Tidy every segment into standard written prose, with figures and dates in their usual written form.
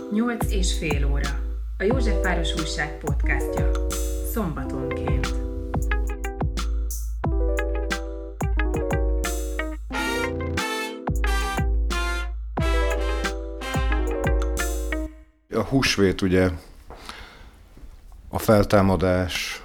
8,5 óra. A Józsefváros Újság podcastja. Szombatonként. A húsvét ugye a feltámadás,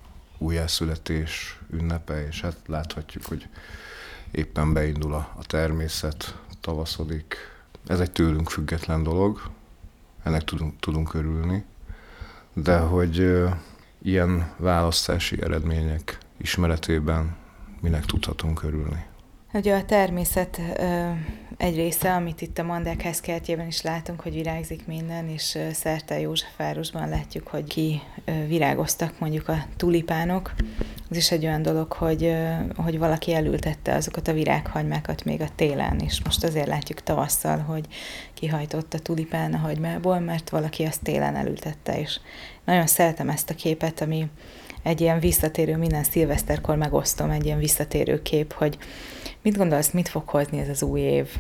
újjászületés ünnepe, és hát láthatjuk, hogy éppen beindul a természet, tavaszodik. Ez egy tőlünk független dolog, ennek tudunk örülni, de hogy ilyen választási eredmények ismeretében minek tudhatunk örülni. Ugye a természet egy része, amit itt a Mandák kertjében is látunk, hogy virágzik minden, és szerte Józsefvárosban látjuk, hogy ki virágoztak mondjuk a tulipánok. Ez is egy olyan dolog, hogy valaki elültette azokat a virághagymákat még a télen, és most azért látjuk tavasszal, hogy kihajtott a tulipán a hagymából, mert valaki azt télen elültette, és nagyon szeretem ezt a képet, ami egy ilyen visszatérő, minden szilveszterkor megosztom, egy ilyen visszatérő kép, hogy mit gondolsz, mit fog hozni ez az új év?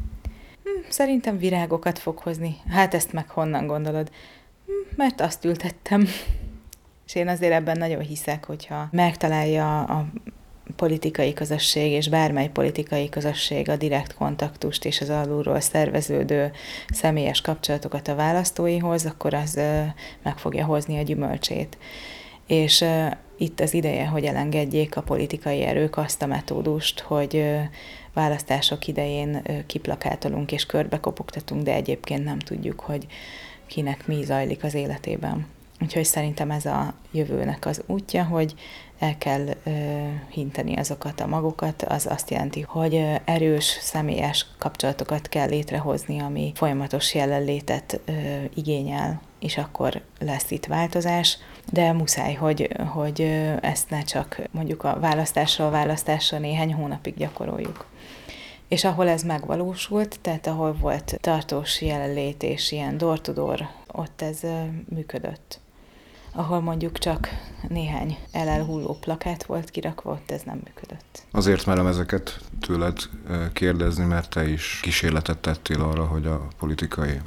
Szerintem virágokat fog hozni. Hát ezt meg honnan gondolod? Mert azt ültettem. És én azért ebben nagyon hiszek, hogyha megtalálja a politikai közösség, és bármely politikai közösség a direkt kontaktust és az alulról szerveződő személyes kapcsolatokat a választóihoz, akkor az meg fogja hozni a gyümölcsét. És itt az ideje, hogy elengedjék a politikai erők azt a metódust, hogy választások idején kiplakátolunk és körbekopogtatunk, de egyébként nem tudjuk, hogy kinek mi zajlik az életében. Úgyhogy szerintem ez a jövőnek az útja, hogy el kell hinteni azokat a magokat, az azt jelenti, hogy erős, személyes kapcsolatokat kell létrehozni, ami folyamatos jelenlétet igényel, és akkor lesz itt változás, de muszáj, hogy ezt ne csak mondjuk a választásra néhány hónapig gyakoroljuk. És ahol ez megvalósult, tehát ahol volt tartós jelenlét és ilyen door-to-door, ott ez működött. Ahol mondjuk csak néhány elhulló plakát volt kirakva, ott ez nem működött. Azért merem ezeket tőled kérdezni, mert te is kísérletet tettél arra, hogy a politikai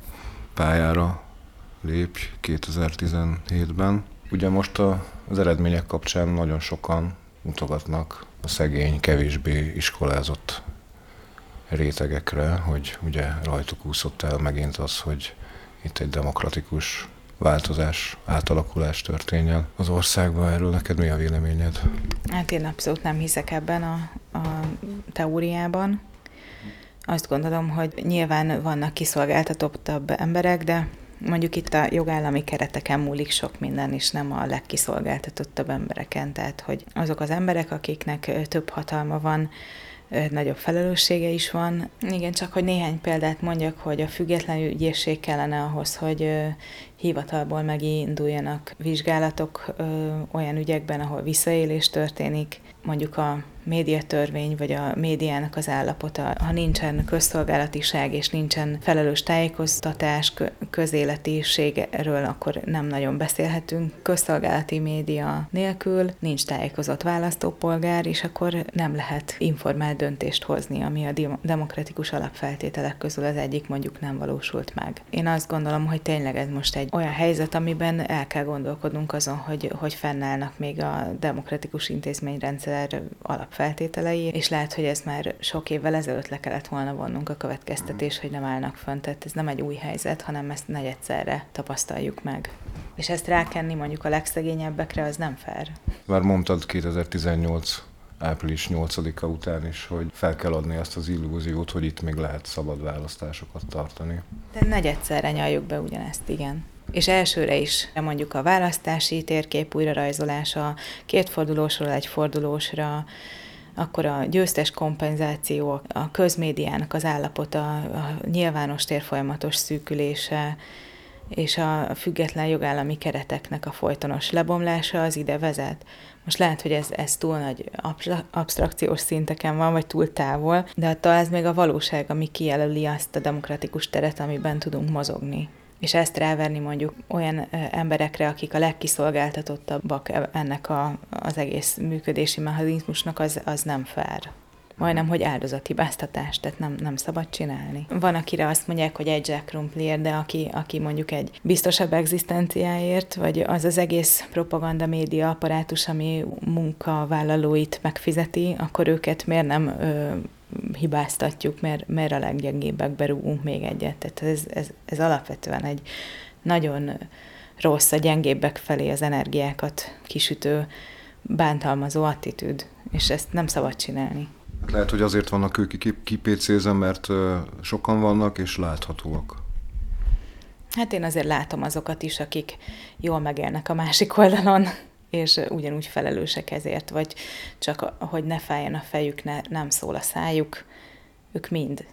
pályára lépj 2017-ben. Ugye most az eredmények kapcsán nagyon sokan mutogatnak a szegény, kevésbé iskolázott rétegekre, hogy ugye rajtuk úszott el megint az, hogy itt egy demokratikus változás, átalakulás történjen az országban. Erről neked mi a véleményed? Hát én abszolút nem hiszek ebben a teóriában. Azt gondolom, hogy nyilván vannak kiszolgáltatottabb emberek, de mondjuk itt a jogállami kereteken múlik sok minden, és nem a legkiszolgáltatottabb embereken. Tehát, hogy azok az emberek, akiknek több hatalma van, nagyobb felelőssége is van. Igen, csak hogy néhány példát mondjak, hogy a független ügyészség kellene ahhoz, hogy hivatalból meginduljanak vizsgálatok olyan ügyekben, ahol visszaélés történik, mondjuk a médiatörvény, vagy a médiának az állapota. Ha nincsen közszolgálatiság, és nincsen felelős tájékoztatás, közéletiségről, akkor nem nagyon beszélhetünk. Közszolgálati média nélkül nincs tájékozott választópolgár, és akkor nem lehet informált döntést hozni, ami a demokratikus alapfeltételek közül az egyik mondjuk nem valósult meg. Én azt gondolom, hogy tényleg ez most egy olyan helyzet, amiben el kell gondolkodnunk azon, hogy fennállnak még a demokratikus intézményrendszer alapfeltételei, és lehet, hogy ez már sok évvel ezelőtt le kellett volna vonnunk a következtetés, hogy nem állnak fönn. Tehát ez nem egy új helyzet, hanem ezt negyedszerre tapasztaljuk meg. És ezt rákenni mondjuk a legszegényebbekre, az nem fair. Már mondtad 2018 április 8-a után is, hogy fel kell adni azt az illúziót, hogy itt még lehet szabad választásokat tartani. De negyedszerre nyaljuk be ugyanezt, igen. És elsőre is mondjuk a választási térkép újrarajzolása, 2 fordulósról 1 fordulósra, akkor a győztes kompenzáció, a közmédiának az állapota, a nyilvános tér folyamatos szűkülése, és a független jogállami kereteknek a folytonos lebomlása az ide vezet. Most lehet, hogy ez túl nagy absztrakciós szinteken van, vagy túl távol, de attól ez még a valóság, ami kijelöli azt a demokratikus teret, amiben tudunk mozogni. És ezt ráverni mondjuk olyan emberekre, akik a legkiszolgáltatottabbak ennek az egész működési mechanizmusnak, az nem fair. majdnem, hogy áldozathibáztatás, tehát nem szabad csinálni. Van, akire azt mondják, hogy egy zsák krumpliért, de aki mondjuk egy biztosabb egzisztenciáért, vagy az az egész propaganda média apparátus, ami munkavállalóit megfizeti, akkor őket miért nem hibáztatjuk, mert a leggyengébbekbe rúgunk még egyet. Tehát ez alapvetően egy nagyon rossz, a gyengébbek felé az energiákat kisütő, bántalmazó attitűd, és ezt nem szabad csinálni. Lehet, hogy azért vannak ők kipécézve, mert sokan vannak és láthatóak. Hát én azért látom azokat is, akik jól megélnek a másik oldalon, és ugyanúgy felelősek ezért, vagy csak hogy ne fájjon a fejük, nem szól a szájuk, ők mind.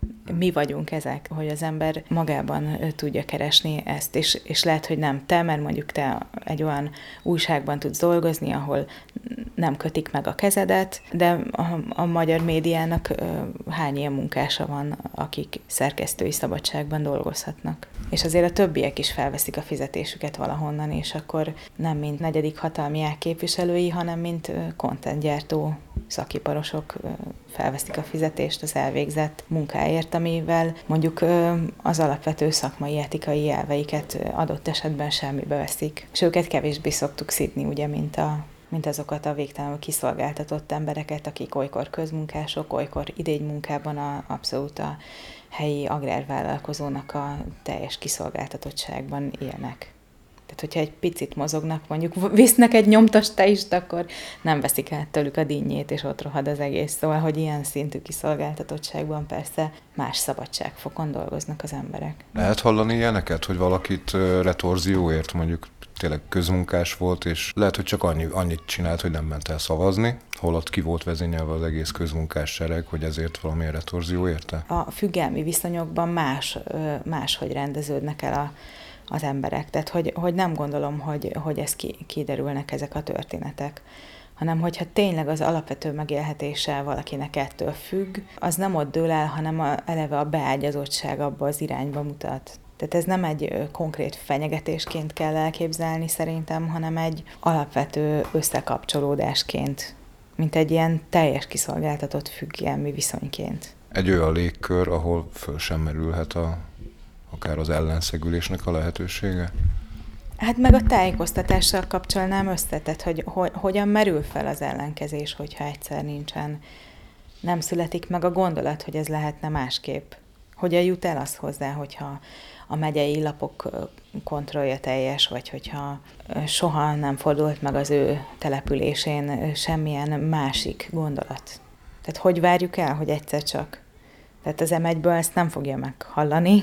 Mi vagyunk ezek, hogy az ember magában tudja keresni ezt, és lehet, hogy nem te, mert mondjuk te egy olyan újságban tudsz dolgozni, ahol nem kötik meg a kezedet, de a magyar médiának hány ilyen munkása van, akik szerkesztői szabadságban dolgozhatnak. És azért a többiek is felveszik a fizetésüket valahonnan, és akkor nem mint negyedik hatalmi ág képviselői, hanem mint contentgyártó szakiparosok felveszik a fizetést az elvégzett munkáért, amivel mondjuk az alapvető szakmai etikai elveiket adott esetben semmibe veszik. És őket kevésbé szoktuk szidni, ugye, mint azokat a végtelenül kiszolgáltatott embereket, akik olykor közmunkások, olykor idénymunkában abszolút a helyi agrárvállalkozónak a teljes kiszolgáltatottságban élnek. Tehát, hogyha egy picit mozognak, mondjuk visznek egy nyomtas teist, akkor nem veszik át tőlük a dinnyét, és ott rohad az egész. Szóval, hogy ilyen szintű kiszolgáltatottságban persze más szabadságfokon dolgoznak az emberek. Lehet hallani ilyeneket, hogy valakit retorzióért mondjuk tényleg közmunkás volt, és lehet, hogy csak annyit csinált, hogy nem ment el szavazni, holott ki volt vezényelve az egész közmunkás sereg, hogy ezért valamilyen retorzió érte? A függelmi viszonyokban máshogy rendeződnek el az emberek. Tehát, hogy nem gondolom, hogy ez kiderülnek ezek a történetek, hanem hogyha tényleg az alapvető megélhetése valakinek ettől függ, az nem ott dől el, hanem eleve a beágyazottság abba az irányba mutat. Tehát ez nem egy konkrét fenyegetésként kell elképzelni szerintem, hanem egy alapvető összekapcsolódásként, mint egy ilyen teljes kiszolgáltatott függelmi viszonyként. Egy olyan légkör, ahol föl sem merülhet akár az ellenszegülésnek a lehetősége? Hát meg a tájékoztatással kapcsolnám össze, tehát hogy hogyan merül fel az ellenkezés, hogyha egyszer nem születik meg a gondolat, hogy ez lehetne másképp. Hogyan jut el az hozzá, hogyha a megyei lapok kontrollja teljes, vagy hogyha soha nem fordult meg az ő településén semmilyen másik gondolat. Tehát hogy várjuk el, hogy egyszer csak? Tehát az M1-ből ezt nem fogja meghallani,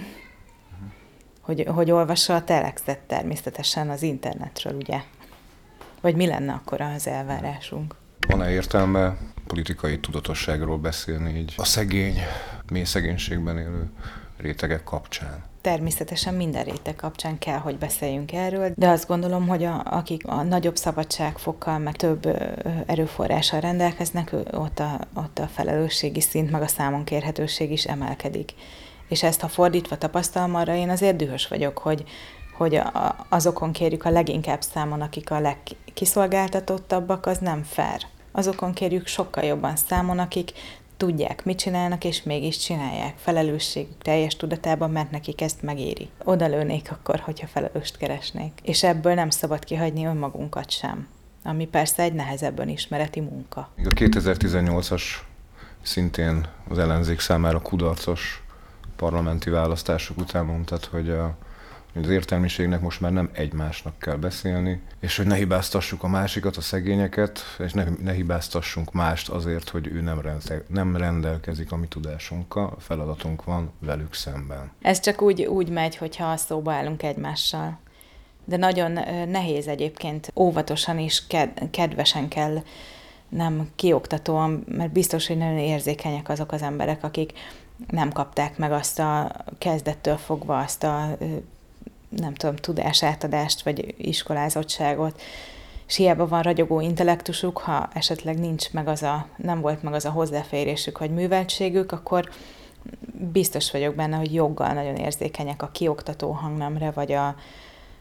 hogy olvassa a telexet természetesen az internetről, ugye? Vagy mi lenne akkor az elvárásunk? Van-e értelme politikai tudatosságról beszélni így a szegény, mély szegénységben élő rétegek kapcsán? Természetesen minden réteg kapcsán kell, hogy beszéljünk erről, de azt gondolom, hogy akik a nagyobb szabadságfokkal, meg több erőforrással rendelkeznek, ott a felelősségi szint, meg a számonkérhetőség is emelkedik. És ezt, ha fordítva tapasztalom, arra én azért dühös vagyok, hogy azokon kérjük a leginkább számon, akik a legkiszolgáltatottabbak, az nem fair. Azokon kérjük sokkal jobban számon, akik tudják, mit csinálnak, és mégis csinálják. Felelősségük teljes tudatában, mert nekik ezt megéri. Oda lőnék akkor, hogyha felelőst keresnék. És ebből nem szabad kihagyni önmagunkat sem. Ami persze egy nehezebb önismereti munka. A 2018-as szintén az ellenzék számára kudarcos parlamenti választások után mondtad, hogy az értelmiségnek most már nem egymásnak kell beszélni, és hogy ne hibáztassuk a másikat, a szegényeket, és ne hibáztassunk mást azért, hogy ő nem rendelkezik a mi tudásunkkal, feladatunk van velük szemben. Ez csak úgy megy, hogyha szóba állunk egymással. De nagyon nehéz egyébként, óvatosan és kedvesen kell, nem kioktatóan, mert biztos, hogy nagyon érzékenyek azok az emberek, akik nem kapták meg azt a kezdettől fogva azt a nem tudom, tudásátadást, vagy iskolázottságot, és hiába van ragyogó intellektusuk, ha esetleg nem volt meg az a hozzáférésük, vagy műveltségük, akkor biztos vagyok benne, hogy joggal nagyon érzékenyek a kioktató hangnemre, vagy a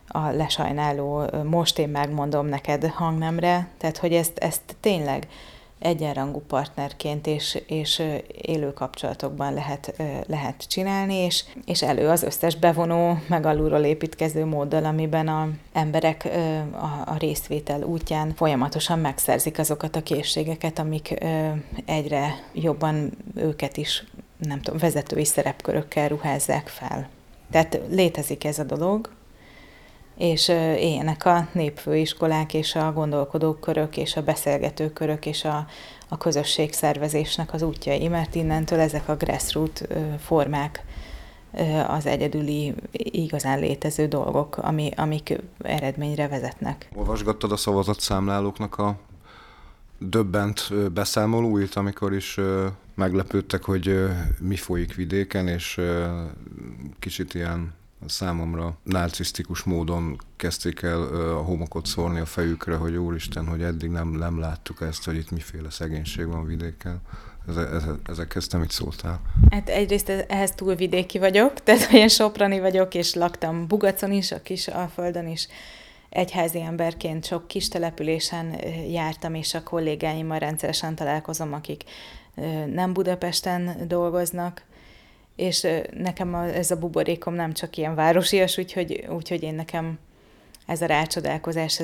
lesajnáló, most én megmondom neked hangnemre, tehát hogy ezt tényleg egyenrangú partnerként és élő kapcsolatokban lehet csinálni, és elő az összes bevonó, meg alulról építkező móddal, amiben az emberek a részvétel útján folyamatosan megszerzik azokat a készségeket, amik egyre jobban őket is, nem tudom, vezetői szerepkörökkel ruházzák fel. Tehát létezik ez a dolog, és élnek a népfőiskolák, és a gondolkodókörök, és a beszélgetőkörök, és a közösségszervezésnek az útjai, mert innentől ezek a grassroot formák az egyedüli, igazán létező dolgok, amik eredményre vezetnek. Olvasgattad a szavazatszámlálóknak a döbbent beszámolóit, amikor is meglepődtek, hogy mi folyik vidéken, és kicsit ilyen számomra narcisztikus módon kezdték el a homokot szórni a fejükre, hogy úristen, hogy eddig nem láttuk ezt, hogy itt miféle szegénység van vidéken. Ezekhez te mit szóltál? Hát egyrészt ehhez túl vidéki vagyok, tehát olyan soprani vagyok, és laktam Bugacon is, a Kisalföldön is. Egyházi emberként sok kis településen jártam, és a kollégáimmal rendszeresen találkozom, akik nem Budapesten dolgoznak, és nekem ez a buborékom nem csak ilyen városias, úgyhogy én nekem ez a rácsodálkozás,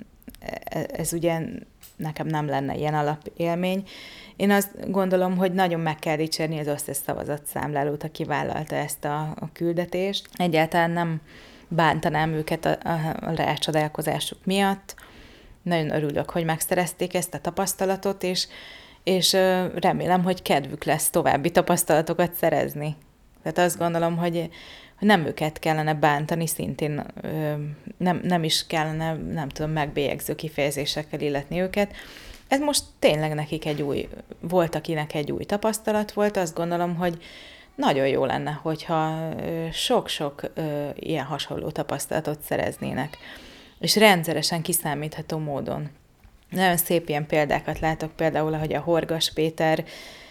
ez ugye nekem nem lenne ilyen alapélmény. Én azt gondolom, hogy nagyon meg kell dicsérni az összes szavazatszámlálót, aki vállalta ezt a küldetést. Egyáltalán nem bántanám őket a rácsodálkozásuk miatt. Nagyon örülök, hogy megszerezték ezt a tapasztalatot, és remélem, hogy kedvük lesz további tapasztalatokat szerezni. Tehát azt gondolom, hogy nem őket kellene bántani, szintén nem is kellene, nem tudom, megbélyegző kifejezésekkel illetni őket. Ez most tényleg nekik volt, akinek egy új tapasztalat volt, azt gondolom, hogy nagyon jó lenne, hogyha sok-sok ilyen hasonló tapasztalatot szereznének, és rendszeresen kiszámítható módon. Nagyon szép ilyen példákat látok, például, ahogy a Horgas Péter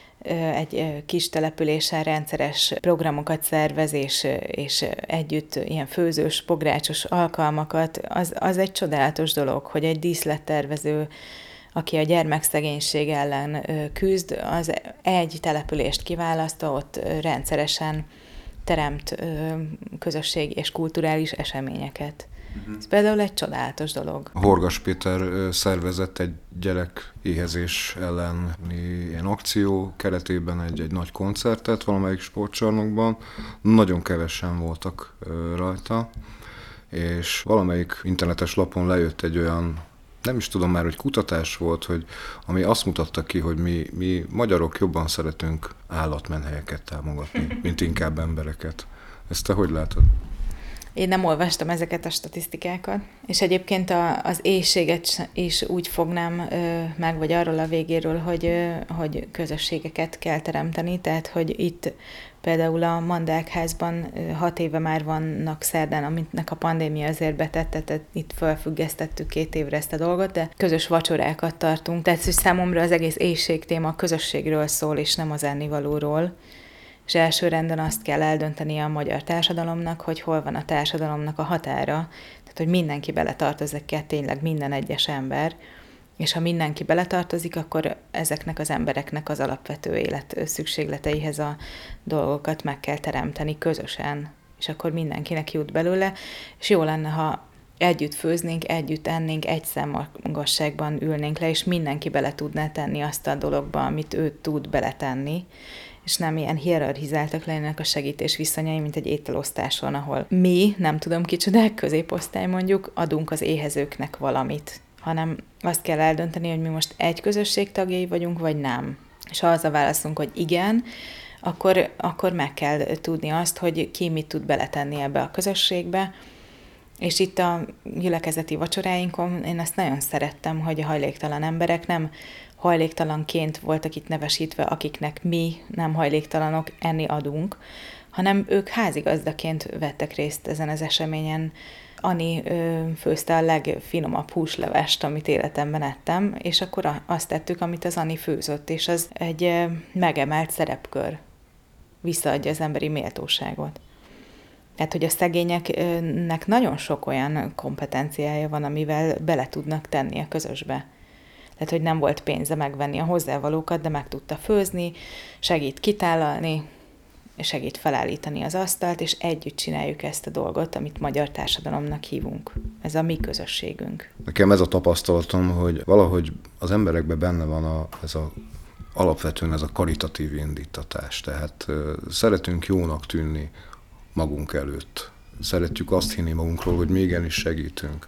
egy kis településen rendszeres programokat szervez, és együtt ilyen főzős, pográcsos alkalmakat, az egy csodálatos dolog, hogy egy díszlettervező, aki a gyermekszegénység ellen küzd, az egy települést kiválasztva, ott rendszeresen teremt közösségi és kulturális eseményeket. Ez például egy csodálatos dolog. Horgas Péter szervezett egy gyerek éhezés elleni ilyen akció keretében egy nagy koncertet valamelyik sportcsarnokban. Nagyon kevesen voltak rajta, és valamelyik internetes lapon lejött egy olyan, nem is tudom már, hogy kutatás volt, ami azt mutatta ki, hogy mi magyarok jobban szeretünk állatmenhelyeket támogatni, mint inkább embereket. Ezt te hogy látod? Én nem olvastam ezeket a statisztikákat, és egyébként az éhséget is úgy fognám meg, vagy arról a végéről, hogy közösségeket kell teremteni, tehát hogy itt például a Mandákházban 6 éve már vannak szerdán, aminek a pandémia azért betette, tehát itt felfüggesztettük 2 évre ezt a dolgot, de közös vacsorákat tartunk, tehát hogy számomra az egész éhség téma a közösségről szól, és nem az ennivalóról. És elsőrendben azt kell eldöntenie a magyar társadalomnak, hogy hol van a társadalomnak a határa, tehát hogy mindenki beletartozik-e, tényleg minden egyes ember, és ha mindenki beletartozik, akkor ezeknek az embereknek az alapvető élet szükségleteihez a dolgokat meg kell teremteni közösen, és akkor mindenkinek jut belőle, és jó lenne, ha együtt főznénk, együtt ennénk, egy számmagasságban ülnénk le, és mindenki bele tudná tenni azt a dologba, amit ő tud beletenni, és nem ilyen hierarchizáltak lennének a segítés viszonyai, mint egy ételosztáson, ahol mi, nem tudom kicsodák, középosztály mondjuk, adunk az éhezőknek valamit, hanem azt kell eldönteni, hogy mi most egy közösség tagjai vagyunk, vagy nem. És ha az a válaszunk, hogy igen, akkor meg kell tudni azt, hogy ki mit tud beletenni ebbe a közösségbe, és itt a gyülekezeti vacsoráinkon én azt nagyon szerettem, hogy a hajléktalan emberek nem hajléktalanként voltak itt nevesítve, akiknek mi nem hajléktalanok enni adunk, hanem ők házigazdaként vettek részt ezen az eseményen. Ani főzte a legfinomabb húslevest, amit életemben ettem, és akkor azt tettük, amit az Ani főzött, és az egy megemelt szerepkör. Visszaadja az emberi méltóságot. Tehát, hogy a szegényeknek nagyon sok olyan kompetenciája van, amivel bele tudnak tenni a közösbe. Tehát, hogy nem volt pénze megvenni a hozzávalókat, de meg tudta főzni, segít kitálalni, segít felállítani az asztalt, és együtt csináljuk ezt a dolgot, amit magyar társadalomnak hívunk. Ez a mi közösségünk. Nekem ez a tapasztalatom, hogy valahogy az emberekben benne van alapvetően ez a karitatív indítatás. Tehát szeretünk jónak tűnni magunk előtt. Szeretjük azt hinni magunkról, hogy mi igenis segítünk.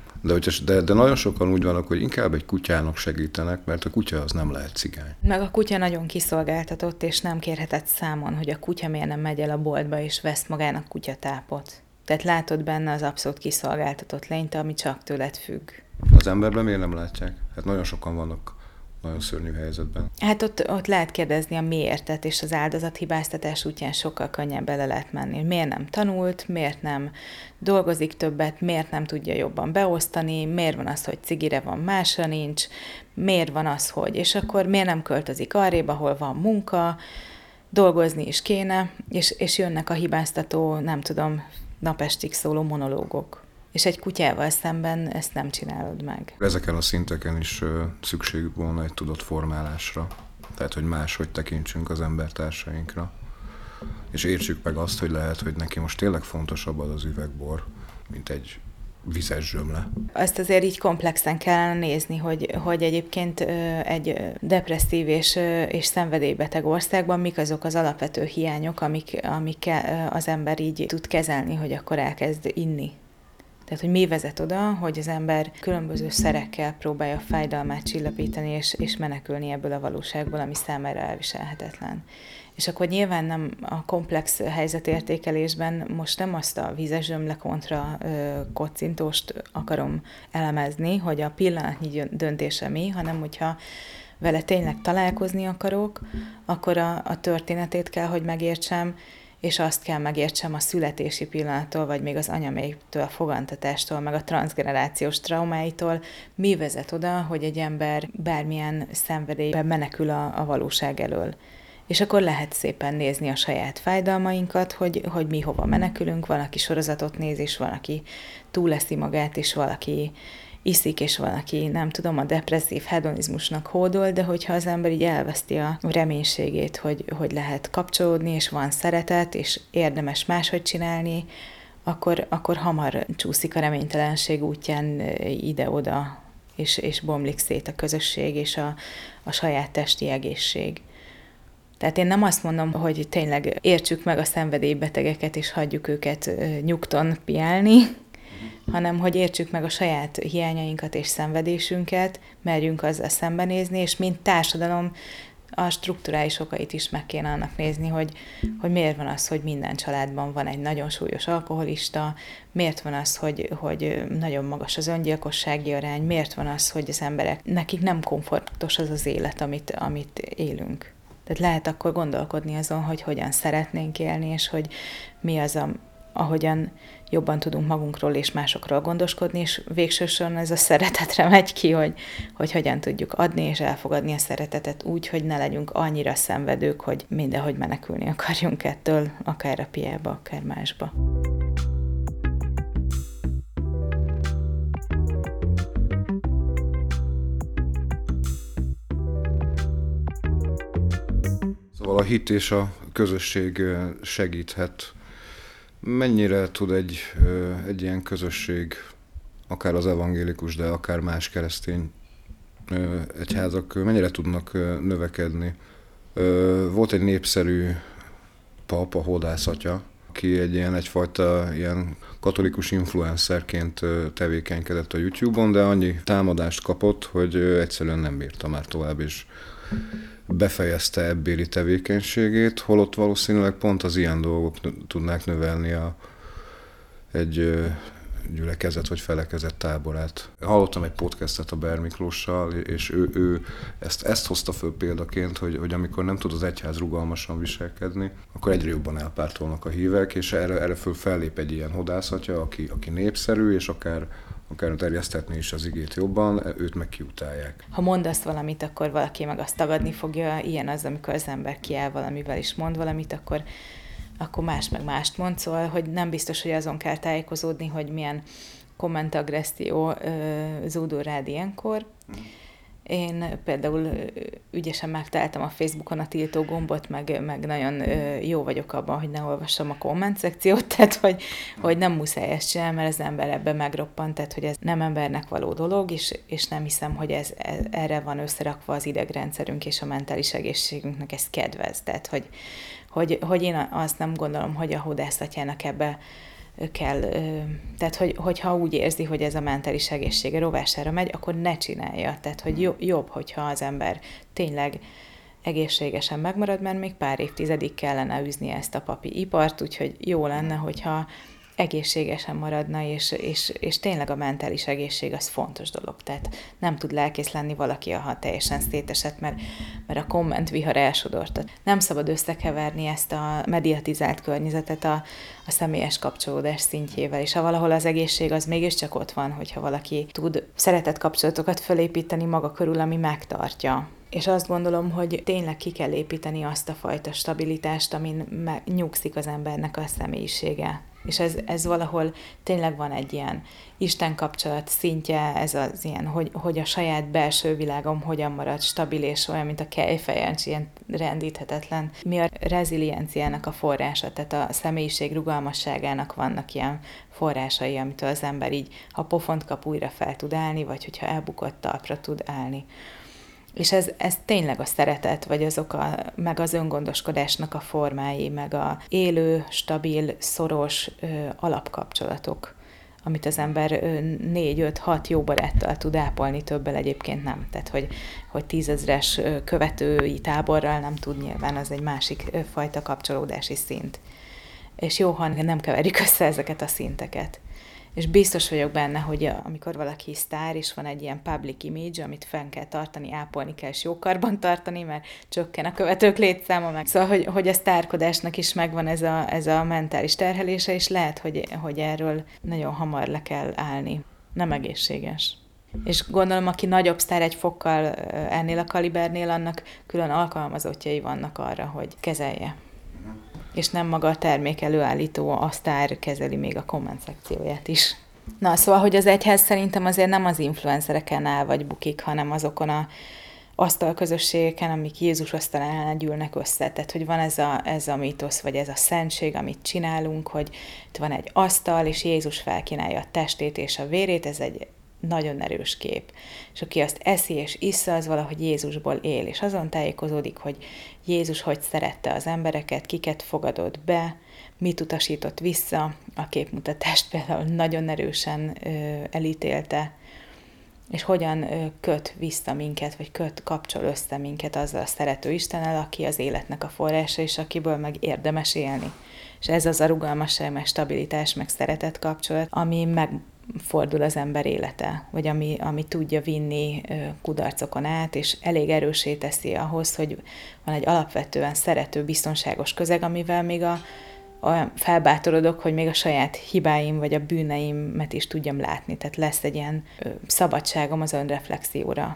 De nagyon sokan úgy vannak, hogy inkább egy kutyának segítenek, mert a kutya az nem lehet cigány. Meg a kutya nagyon kiszolgáltatott, és nem kérhetett számon, hogy a kutya miért nem megy el a boltba, és vesz magának kutyatápot. Tehát látod benne az abszolút kiszolgáltatott lényt, ami csak tőled függ. Az emberben miért nem látják? Hát nagyon sokan vannak nagyon szörnyű helyzetben. Hát ott lehet kérdezni a miértet, és az áldozathibáztatás útján sokkal könnyebb bele lehet menni. Miért nem tanult, miért nem dolgozik többet, miért nem tudja jobban beosztani, miért van az, hogy cigire van, másra nincs, miért van az, hogy, és akkor miért nem költözik arrébb, ahol van munka, dolgozni is kéne, és jönnek a hibáztató, nem tudom, napestig szóló monológok. És egy kutyával szemben ezt nem csinálod meg. Ezeken a szinteken is szükségük volna egy tudatformálásra. Tehát, hogy máshogy tekintsünk az embertársainkra. És értsük meg azt, hogy lehet, hogy neki most tényleg fontosabb az üvegbor, mint egy vizes zsömle. Azt azért így komplexen kellene nézni, hogy egyébként egy depresszív és szenvedélybeteg országban mik azok az alapvető hiányok, amik az ember így tud kezelni, hogy akkor elkezd inni. Tehát, hogy mi vezet oda, hogy az ember különböző szerekkel próbálja a fájdalmát csillapítani, és menekülni ebből a valóságból, ami számára elviselhetetlen. És akkor nyilván nem a komplex helyzetértékelésben most nem azt a vízesömle kontra kocintóst akarom elemezni, hogy a pillanatnyi döntése mi, hanem hogyha vele tényleg találkozni akarok, akkor a történetét kell, hogy megértsem, és azt kell megértsem a születési pillanattól, vagy még az anyaméktől, a fogantatástól, meg a transzgenerációs traumáitól, mi vezet oda, hogy egy ember bármilyen szenvedélyben menekül a valóság elől. És akkor lehet szépen nézni a saját fájdalmainkat, hogy mi hova menekülünk, valaki sorozatot néz, és valaki túleszi magát, és valaki iszik, és valaki, nem tudom, a depresszív hedonizmusnak hódol, de hogyha az ember így elveszti a reménységét, hogy lehet kapcsolódni, és van szeretet, és érdemes máshogy csinálni, akkor hamar csúszik a reménytelenség útján ide-oda, és bomlik szét a közösség, és a saját testi egészség. Tehát én nem azt mondom, hogy tényleg értsük meg a szenvedélybetegeket, és hagyjuk őket nyugton piálni, hanem hogy értsük meg a saját hiányainkat és szenvedésünket, merjünk azzal szembenézni, és mint társadalom a strukturális okait is meg kéne annak nézni, hogy miért van az, hogy minden családban van egy nagyon súlyos alkoholista, miért van az, hogy nagyon magas az öngyilkossági arány, miért van az, hogy az emberek, nekik nem komfortos az az élet, amit élünk. Tehát lehet akkor gondolkodni azon, hogy hogyan szeretnénk élni, és hogy mi az, ahogyan jobban tudunk magunkról és másokról gondoskodni, és végső soron ez a szeretetre megy ki, hogy hogyan tudjuk adni és elfogadni a szeretetet úgy, hogy ne legyünk annyira szenvedők, hogy mindenhogy menekülni akarjunk ettől, akár a piába, akár másba. Szóval a hit és a közösség segíthet. Mennyire tud egy ilyen közösség, akár az evangélikus, de akár más keresztény egyházak, mennyire tudnak növekedni? Volt egy népszerű pap, a Hódászatya, aki egyfajta katolikus influencerként tevékenykedett a YouTube-on, de annyi támadást kapott, hogy egyszerűen nem bírta már tovább, és befejezte ebbéli tevékenységét, holott valószínűleg pont az ilyen dolgok tudnák növelni egy gyülekezet vagy felekezet táborát. Hallottam egy podcastet a Ber Miklóssal, és ő ezt hozta föl példaként, hogy amikor nem tud az egyház rugalmasan viselkedni, akkor egyre jobban elpártolnak a hívek, és erre fellép egy ilyen Hódászatya, aki népszerű, és akár terjeszthetné is az igét jobban, őt meg kiutálják. Ha mondasz valamit, akkor valaki meg azt tagadni fogja. Ilyen az, amikor az ember kiáll valamivel és mond valamit, akkor más meg mást mond, szóval, hogy nem biztos, hogy azon kell tájékozódni, hogy milyen kommentagresszció zúdul rád ilyenkor. Én például ügyesen megtaláltam a Facebookon a tiltó gombot, meg nagyon jó vagyok abban, hogy ne olvassam a komment szekciót, tehát hogy nem muszáj ezt csinálni, mert az ember ebben megroppant, tehát hogy ez nem embernek való dolog, és nem hiszem, hogy erre van összerakva az idegrendszerünk és a mentális egészségünknek ez kedvez. Tehát, hogy én azt nem gondolom, hogy a hódászatjának ebbe kell, tehát hogyha úgy érzi, hogy ez a mentális egészsége rovására megy, akkor ne csinálja. Tehát, hogy jobb, hogyha az ember tényleg egészségesen megmarad, mert még pár évtizedig kellene űzni ezt a papi ipart, úgyhogy jó lenne, hogyha egészségesen maradna, és tényleg a mentális egészség az fontos dolog. Tehát nem tud lelkész lenni valaki, ha teljesen szétesett, mert a komment vihar elsodorta. Nem szabad összekeverni ezt a mediatizált környezetet a személyes kapcsolódás szintjével, és ha valahol az egészség az mégiscsak ott van, hogyha valaki tud szeretett kapcsolatokat fölépíteni maga körül, ami megtartja. És azt gondolom, hogy tényleg ki kell építeni azt a fajta stabilitást, amin nyugszik az embernek a személyisége. És ez valahol tényleg van egy ilyen Isten kapcsolat szintje, ez az ilyen, hogy a saját belső világom hogyan marad stabil és olyan, mint a kejfejancs, ilyen rendíthetetlen. Mi a rezilienciának a forrása, tehát a személyiség rugalmasságának vannak ilyen forrásai, amitől az ember így, ha pofont kap, újra fel tud állni, vagy hogyha elbukott, talpra tud állni. És ez tényleg a szeretet, vagy meg az öngondoskodásnak a formái, meg a élő, stabil, szoros alapkapcsolatok, amit az ember 4-5-6 jó baráttal tud ápolni, többel egyébként nem. Tehát, hogy 10 000-es követői táborral nem tud, nyilván az egy másik fajta kapcsolódási szint. És jó, ha nem keverjük össze ezeket a szinteket. És biztos vagyok benne, hogy amikor valaki sztár, és van egy ilyen public image, amit fenn kell tartani, ápolni kell, és jó karban tartani, mert csökken a követők létszáma meg. Szóval, hogy a sztárkodásnak is megvan ez a mentális terhelése, és lehet, hogy erről nagyon hamar le kell állni. Nem egészséges. És gondolom, aki nagyobb sztár egy fokkal ennél a kalibernél, annak külön alkalmazottjai vannak arra, hogy kezelje. És nem maga a termék előállító, a sztár kezeli még a komment szekcióját is. Na, szóval, hogy az egyház szerintem azért nem az influencereken áll vagy bukik, hanem azokon a asztalközösségeken, amik Jézus asztalánál gyűlnek össze. Tehát, hogy van ez a mítosz, vagy ez a szentség, amit csinálunk, hogy itt van egy asztal, és Jézus felkínálja a testét és a vérét, ez egy nagyon erős kép. És aki azt eszi és issza, az valahogy Jézusból él, és azon tájékozódik, hogy Jézus hogy szerette az embereket, kiket fogadott be, mit utasított vissza, a képmutatást például nagyon erősen elítélte, és hogyan köt vissza minket, vagy kapcsol össze minket azzal a szerető Istennel, aki az életnek a forrása, és akiből meg érdemes élni. És ez az a rugalmasság, meg stabilitás, meg szeretet kapcsolat, ami megfordul az ember élete, vagy ami tudja vinni kudarcokon át, és elég erőssé teszi ahhoz, hogy van egy alapvetően szerető, biztonságos közeg, amivel még olyan felbátorodok, hogy még a saját hibáim vagy a bűneimet is tudjam látni. Tehát lesz egy ilyen szabadságom az önreflexióra,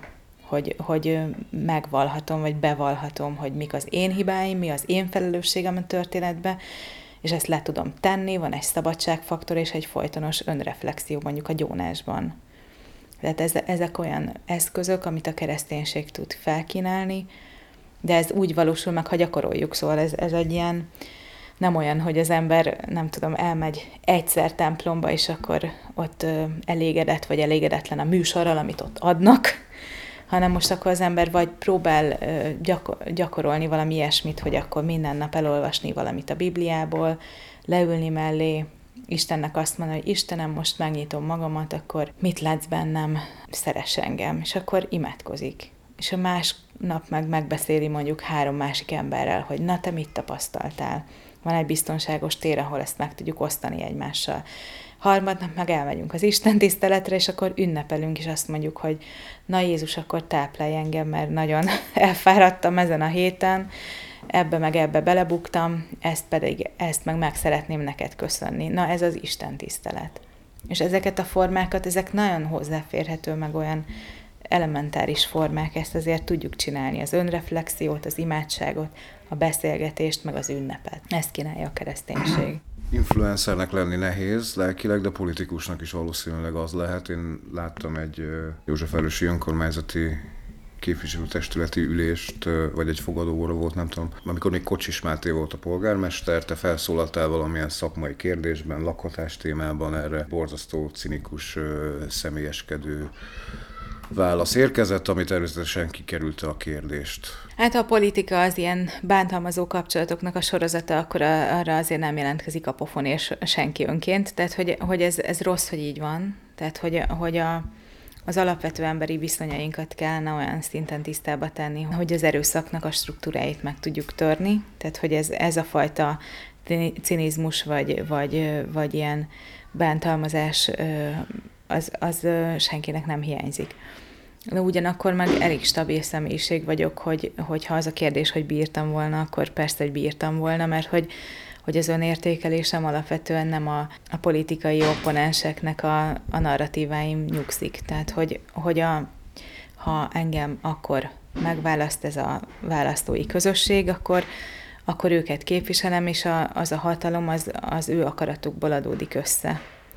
hogy megvalhatom, vagy bevallhatom, hogy mik az én hibáim, mi az én felelősségem a történetben, és ezt le tudom tenni, van egy szabadságfaktor és egy folytonos önreflexió mondjuk a gyónásban. Tehát ezek olyan eszközök, amit a kereszténység tud felkínálni, de ez úgy valósul meg, ha gyakoroljuk, szóval ez egy ilyen, nem olyan, hogy az ember, nem tudom, elmegy egyszer templomba, és akkor ott elégedett vagy elégedetlen a műsorral, amit ott adnak, hanem most akkor az ember vagy próbál gyakorolni valami ilyesmit, hogy akkor minden nap elolvasni valamit a Bibliából, leülni mellé, Istennek azt mondani, hogy Istenem, most megnyitom magamat, akkor mit látsz bennem, szeress engem, és akkor imádkozik. És a másnap meg megbeszéli mondjuk 3 másik emberrel, hogy na, te mit tapasztaltál. Van egy biztonságos tér, ahol ezt meg tudjuk osztani egymással. Harmadnap meg elmegyünk az Isten tiszteletre, és akkor ünnepelünk, és azt mondjuk, hogy na Jézus, akkor táplálj engem, mert nagyon elfáradtam ezen a héten, ebbe belebuktam, ezt meg szeretném neked köszönni. Na, ez az Isten tisztelet. És ezeket a formákat, ezek nagyon hozzáférhető, meg olyan elementáris formák, ezt azért tudjuk csinálni, az önreflexiót, az imádságot, a beszélgetést, meg az ünnepet. Ezt kínálja a kereszténység. Influencernek lenni nehéz lelkileg, de politikusnak is valószínűleg az lehet. Én láttam egy Józsefvárosi önkormányzati képviselőtestületi ülést, vagy egy fogadóóra volt, nem tudom, amikor még Kocsis Máté volt a polgármester, te felszólaltál valamilyen szakmai kérdésben, lakhatás témában, erre borzasztó cinikus, személyeskedő válasz érkezett, ami természetesen kikerülte a kérdést. Hát ha a politika az ilyen bántalmazó kapcsolatoknak a sorozata, akkor arra azért nem jelentkezik a pofon és senki önként. Tehát, hogy ez rossz, hogy így van. Tehát, hogy az alapvető emberi viszonyainkat kellene olyan szinten tisztába tenni, hogy az erőszaknak a struktúráit meg tudjuk törni. Tehát, hogy ez a fajta cinizmus vagy ilyen bántalmazás az senkinek nem hiányzik. De ugyanakkor meg elég stabil személyiség vagyok, hogy ha az a kérdés, hogy bírtam volna, akkor persze, hogy bírtam volna, mert hogy az önértékelésem alapvetően nem a politikai opponenseknek a narratíváim nyugszik. Tehát, ha engem akkor megválaszt ez a választói közösség, akkor őket képviselem, és az a hatalom az ő akaratukból adódik össze.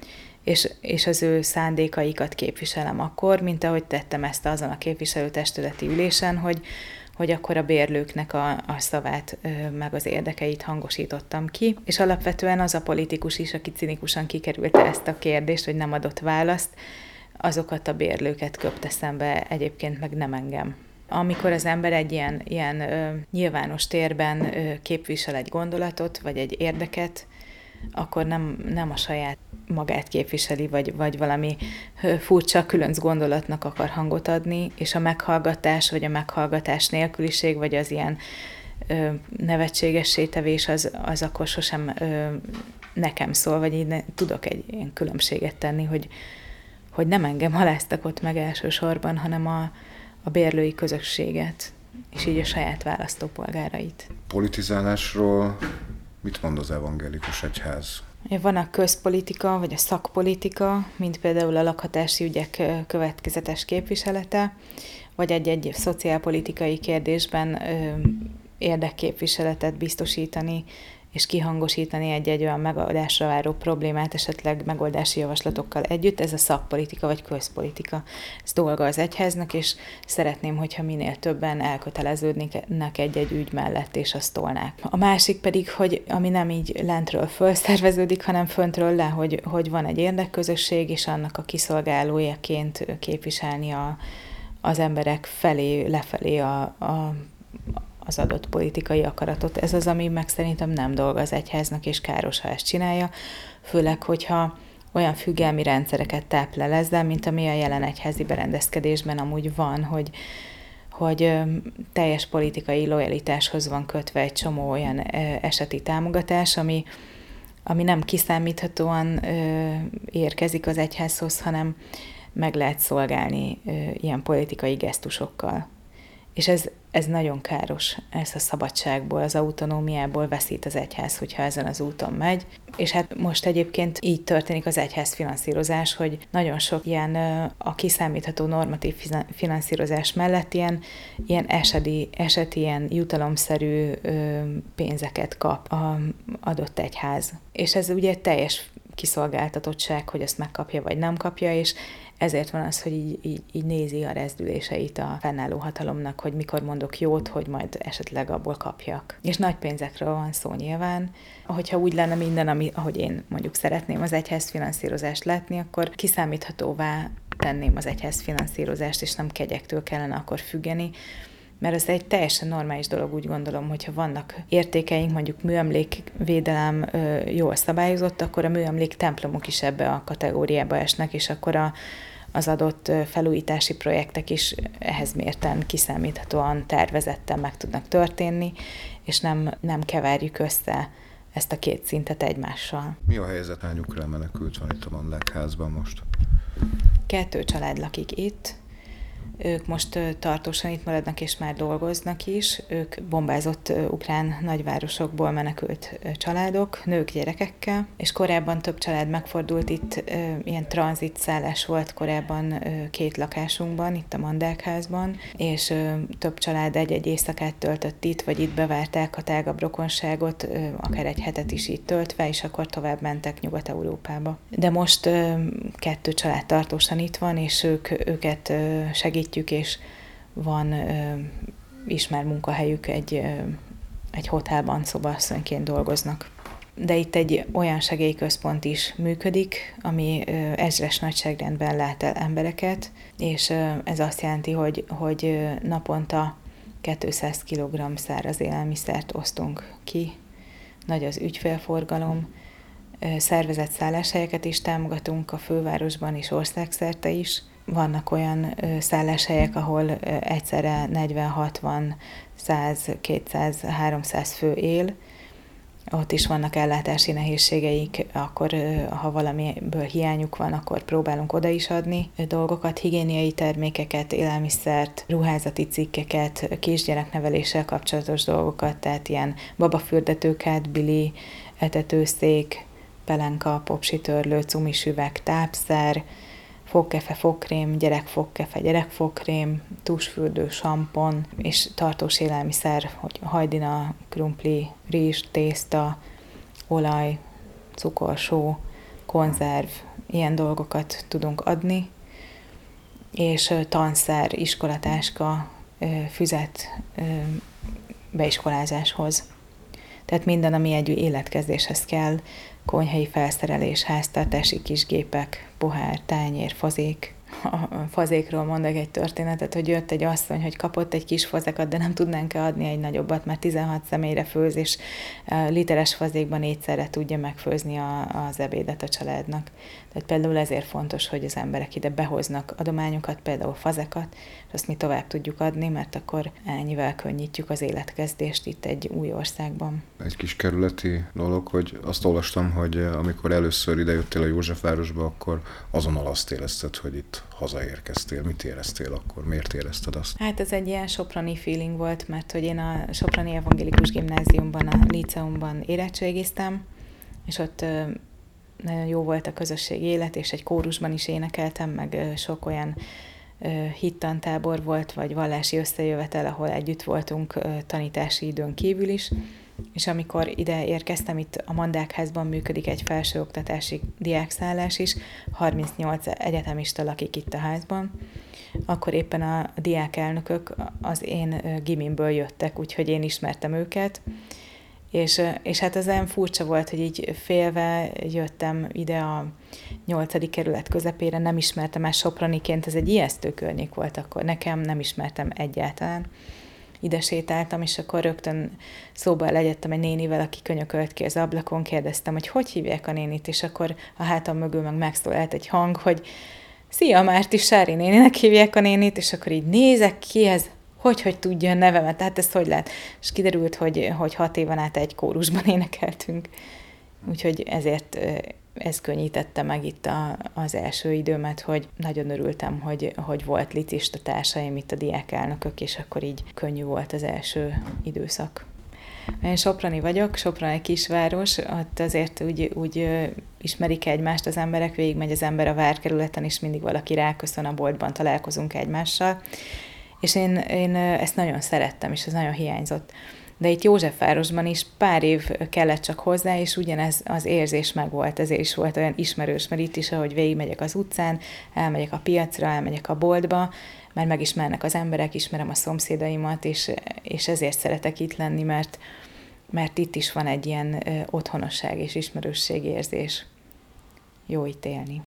És az ő szándékaikat képviselem akkor, mint ahogy tettem ezt azon a képviselőtestületi ülésen, hogy akkor a bérlőknek a szavát meg az érdekeit hangosítottam ki, és alapvetően az a politikus is, aki cinikusan kikerülte ezt a kérdést, hogy nem adott választ, azokat a bérlőket köpte szembe, egyébként meg nem engem. Amikor az ember egy ilyen nyilvános térben képvisel egy gondolatot, vagy egy érdeket, akkor nem a saját magát képviseli, vagy valami furcsa, különc gondolatnak akar hangot adni, és a meghallgatás, vagy a meghallgatás nélküliség, vagy az ilyen nevetségessé tevés, az akkor sosem nekem szól, vagy így tudok egy ilyen különbséget tenni, hogy nem engem aláztak ott meg elsősorban, hanem a bérlői közösséget, és így a saját választópolgárait. Politizálásról mit mond az evangélikus egyház? Van a közpolitika, vagy a szakpolitika, mint például a lakhatási ügyek következetes képviselete, vagy egy szociálpolitikai kérdésben érdekképviseletet biztosítani, és kihangosítani egy olyan megoldásra váró problémát, esetleg megoldási javaslatokkal együtt. Ez a szakpolitika vagy közpolitika. Ez dolga az egyháznak, és szeretném, hogyha minél többen elköteleződnek egy-egy ügy mellett, és azt tolnák. A másik pedig, hogy ami nem így lentről fölszerveződik, hanem föntről le, hogy van egy érdekközösség, és annak a kiszolgálójaként képviselni az emberek felé, lefelé az adott politikai akaratot. Ez az, ami meg szerintem nem dolga az egyháznak, és káros, ha ezt csinálja, főleg, hogyha olyan függelmi rendszereket táplál ezzel, mint ami a jelen egyházi berendezkedésben amúgy van, hogy teljes politikai lojalitáshoz van kötve egy csomó olyan eseti támogatás, ami nem kiszámíthatóan érkezik az egyházhoz, hanem meg lehet szolgálni ilyen politikai gesztusokkal. És ez nagyon káros, ez a szabadságból, az autonómiából veszít az egyház, hogyha ezen az úton megy. És hát most egyébként így történik az egyház finanszírozás, hogy nagyon sok ilyen a kiszámítható normatív finanszírozás mellett ilyen eseti ilyen jutalomszerű pénzeket kap az adott egyház. És ez ugye teljes kiszolgáltatottság, hogy azt megkapja vagy nem kapja, és ezért van az, hogy így nézi a rezdüléseit a fennálló hatalomnak, hogy mikor mondok jót, hogy majd esetleg abból kapjak. És nagy pénzekről van szó nyilván. Hogyha úgy lenne minden, ahogy én mondjuk szeretném az egyház finanszírozást látni, akkor kiszámíthatóvá tenném az egyház finanszírozást, és nem kegyektől kellene akkor függeni, mert ez egy teljesen normális dolog, úgy gondolom, hogyha vannak értékeink, mondjuk műemlékvédelem jól szabályozott, akkor a műemlék templomok is ebbe a kategóriába esnek, és akkor az adott felújítási projektek is ehhez mérten kiszámíthatóan tervezetten meg tudnak történni, és nem keverjük össze ezt a két szintet egymással. Mi a helyzet? Hány ukrán menekült van itt a Mandákházban most? 2 család lakik itt. Ők most tartósan itt maradnak, és már dolgoznak is. Ők bombázott ukrán nagyvárosokból menekült családok, nők gyerekekkel, és korábban több család megfordult itt, ilyen tranzitszállás volt korábban 2 lakásunkban, itt a Mandákházban, és több család egy-egy éjszakát töltött itt, vagy itt bevárták a tágabb rokonságot, akár egy hetet is itt töltve, és akkor tovább mentek Nyugat-Európába. De most 2 család tartósan itt van, és őket segítjük, és van ismert munkahelyük, egy hotelban szobaasszonyként dolgoznak. De itt egy olyan segélyközpont is működik, ami ezres nagyságrendben lát el embereket, és ez azt jelenti, hogy naponta 200 kg száraz élelmiszert osztunk ki, nagy az ügyfélforgalom, szervezett szálláshelyeket is támogatunk a fővárosban és országszerte is. Vannak olyan szálláshelyek, ahol egyszerre 40, 60, 100, 200, 300 fő él. Ott is vannak ellátási nehézségeik, akkor ha valamiből hiányuk van, akkor próbálunk oda is adni dolgokat, higiéniai termékeket, élelmiszert, ruházati cikkeket, kisgyerekneveléssel kapcsolatos dolgokat, tehát ilyen babafürdetőket, bili, etetőszék, pelenka, popsitörlő, cumisüveg, tápszer, fogkefe, fogkrém, gyerekfogkefe, gyerekfogkrém, tusfürdő, sampon és tartós élelmiszer, hogy hajdina, krumpli, rizs, tészta, olaj, cukor, só, konzerv, ilyen dolgokat tudunk adni, és tanszer, iskolatáska, füzet beiskolázáshoz. Tehát minden, ami egy életkezdéshez kell, konyhai felszerelés, háztartási kisgépek, pohár, tányér, fazék. A fazékról mondok egy történetet, hogy jött egy asszony, hogy kapott egy kis fazekat, de nem tudnánk-e adni egy nagyobbat, mert 16 személyre főz, és literes fazékban 4-szerre tudja megfőzni az ebédet a családnak. Tehát például ezért fontos, hogy az emberek ide behoznak adományokat, például fazekat, és azt mi tovább tudjuk adni, mert akkor ennyivel könnyítjük az életkezdést itt egy új országban. Egy kis kerületi dolog, hogy azt olvastam, hogy amikor először idejöttél a Józsefvárosba, akkor azonnal azt érezted, hogy itt hazaérkeztél. Mit éreztél akkor? Miért érezted azt? Hát ez egy ilyen soproni feeling volt, mert hogy én a Soproni Evangélikus Gimnáziumban, a líceumban érettségiztem, és ott nagyon jó volt a közösségi élet, és egy kórusban is énekeltem, meg sok olyan hittantábor volt, vagy vallási összejövetel, ahol együtt voltunk tanítási időn kívül is, és amikor ide érkeztem, itt a Mandákházban működik egy felsőoktatási diákszállás is, 38 egyetemista lakik itt a házban, akkor éppen a diákelnökök az én gimimből jöttek, úgyhogy én ismertem őket, és hát az olyan furcsa volt, hogy így félve jöttem ide a 8. kerület közepére, nem ismertem már soproniként, ez egy ijesztő környék volt akkor, nekem nem ismertem egyáltalán. Ide sétáltam, és akkor rögtön szóba legyettem egy nénivel, aki könyökölt ki az ablakon, kérdeztem, hogy hívják a nénit, és akkor a hátam mögül meg megszólalt egy hang, hogy szia, Márti, Sári néninek hívják a nénit, és akkor így nézek ki, ez hogy tudja a nevemet, tehát ezt hogy lehet? És kiderült, hogy 6 éven át egy kórusban énekeltünk, úgyhogy ezért ez könnyítette meg itt az első időmet, hogy nagyon örültem, hogy volt licista társaim itt a diákelnökök, és akkor így könnyű volt az első időszak. Én soproni vagyok, Sopron egy kisváros, ott azért úgy ismerik egymást az emberek, végigmegy az ember a várkerületen, és mindig valaki ráköszön, a boltban találkozunk egymással, és én ezt nagyon szerettem, és ez nagyon hiányzott. De itt Józsefvárosban is pár év kellett csak hozzá, és ugyanez az érzés megvolt, ezért is volt olyan ismerős, mert itt is, ahogy végigmegyek az utcán, elmegyek a piacra, elmegyek a boltba, mert megismernek az emberek, ismerem a szomszédaimat, és ezért szeretek itt lenni, mert itt is van egy ilyen otthonosság és ismerősségérzés. Jó itt élni.